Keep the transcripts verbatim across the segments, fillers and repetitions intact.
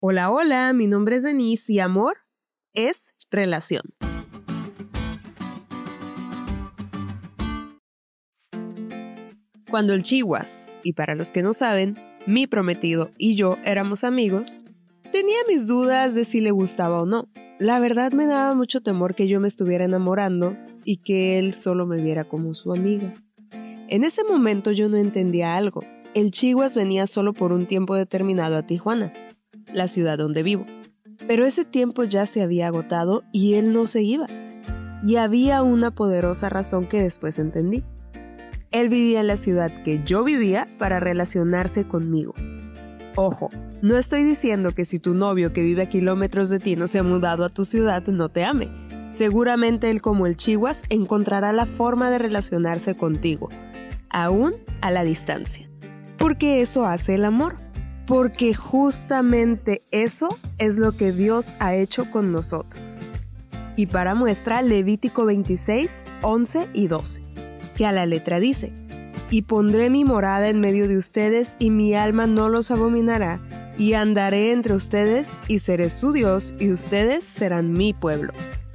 Hola, hola, mi nombre es Denise y amor es relación. Cuando el Chihuas, y para los que no saben, mi prometido y yo éramos amigos, tenía mis dudas de si le gustaba o no. La verdad me daba mucho temor que yo me estuviera enamorando y que él solo me viera como su amiga. En ese momento yo no entendía algo. El Chihuas venía solo por un tiempo determinado a Tijuana, la ciudad donde vivo. Pero ese tiempo ya se había agotado y él no se iba. Y había una poderosa razón que después entendí. Él vivía en la ciudad que yo vivía para relacionarse conmigo. Ojo, no estoy diciendo que si tu novio que vive a kilómetros de ti no se ha mudado a tu ciudad no te ame. Seguramente él, como el Chihuas, encontrará la forma de relacionarse contigo, aún a la distancia. Porque eso hace el amor. Porque justamente eso es lo que Dios ha hecho con nosotros. Y para muestra, Levítico veintiséis, once y doce, que a la letra dice: y pondré mi morada en medio de ustedes, y mi alma no los abominará, y andaré entre ustedes, y seré su Dios, y ustedes serán mi pueblo.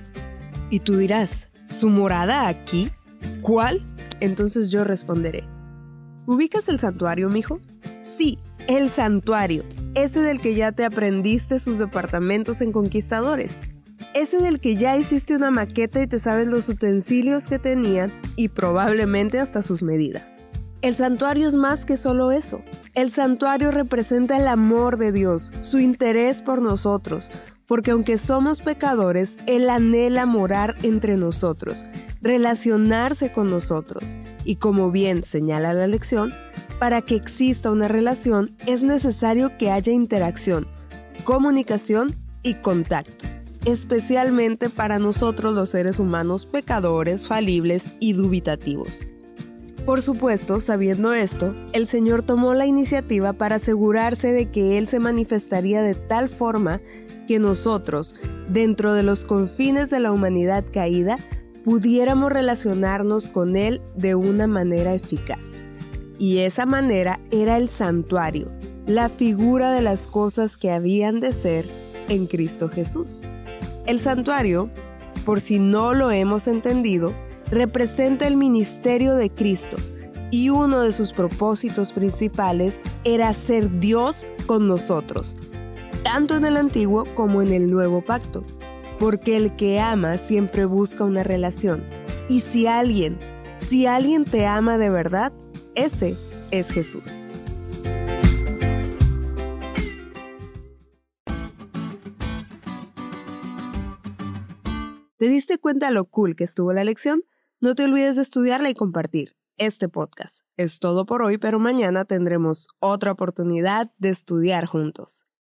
Y tú dirás, ¿su morada aquí? ¿Cuál? Entonces yo responderé: ¿ubicas el santuario, mijo? Sí, el santuario, ese del que ya te aprendiste sus departamentos en Conquistadores. Ese del que ya hiciste una maqueta y te sabes los utensilios que tenía y probablemente hasta sus medidas. El santuario es más que solo eso. El santuario representa el amor de Dios, su interés por nosotros, porque aunque somos pecadores, Él anhela morar entre nosotros, relacionarse con nosotros. Y como bien señala la lección, para que exista una relación es necesario que haya interacción, comunicación y contacto, especialmente para nosotros los seres humanos pecadores, falibles y dubitativos. Por supuesto, sabiendo esto, el Señor tomó la iniciativa para asegurarse de que Él se manifestaría de tal forma que nosotros, dentro de los confines de la humanidad caída, pudiéramos relacionarnos con Él de una manera eficaz. Y esa manera era el santuario, la figura de las cosas que habían de ser en Cristo Jesús. El santuario, por si no lo hemos entendido, representa el ministerio de Cristo y uno de sus propósitos principales era ser Dios con nosotros, tanto en el Antiguo como en el Nuevo Pacto, porque el que ama siempre busca una relación. Y si alguien, si alguien te ama de verdad, ese es Jesús. ¿Te diste cuenta lo cool que estuvo la lección? No te olvides de estudiarla y compartir este podcast. Es todo por hoy, pero mañana tendremos otra oportunidad de estudiar juntos.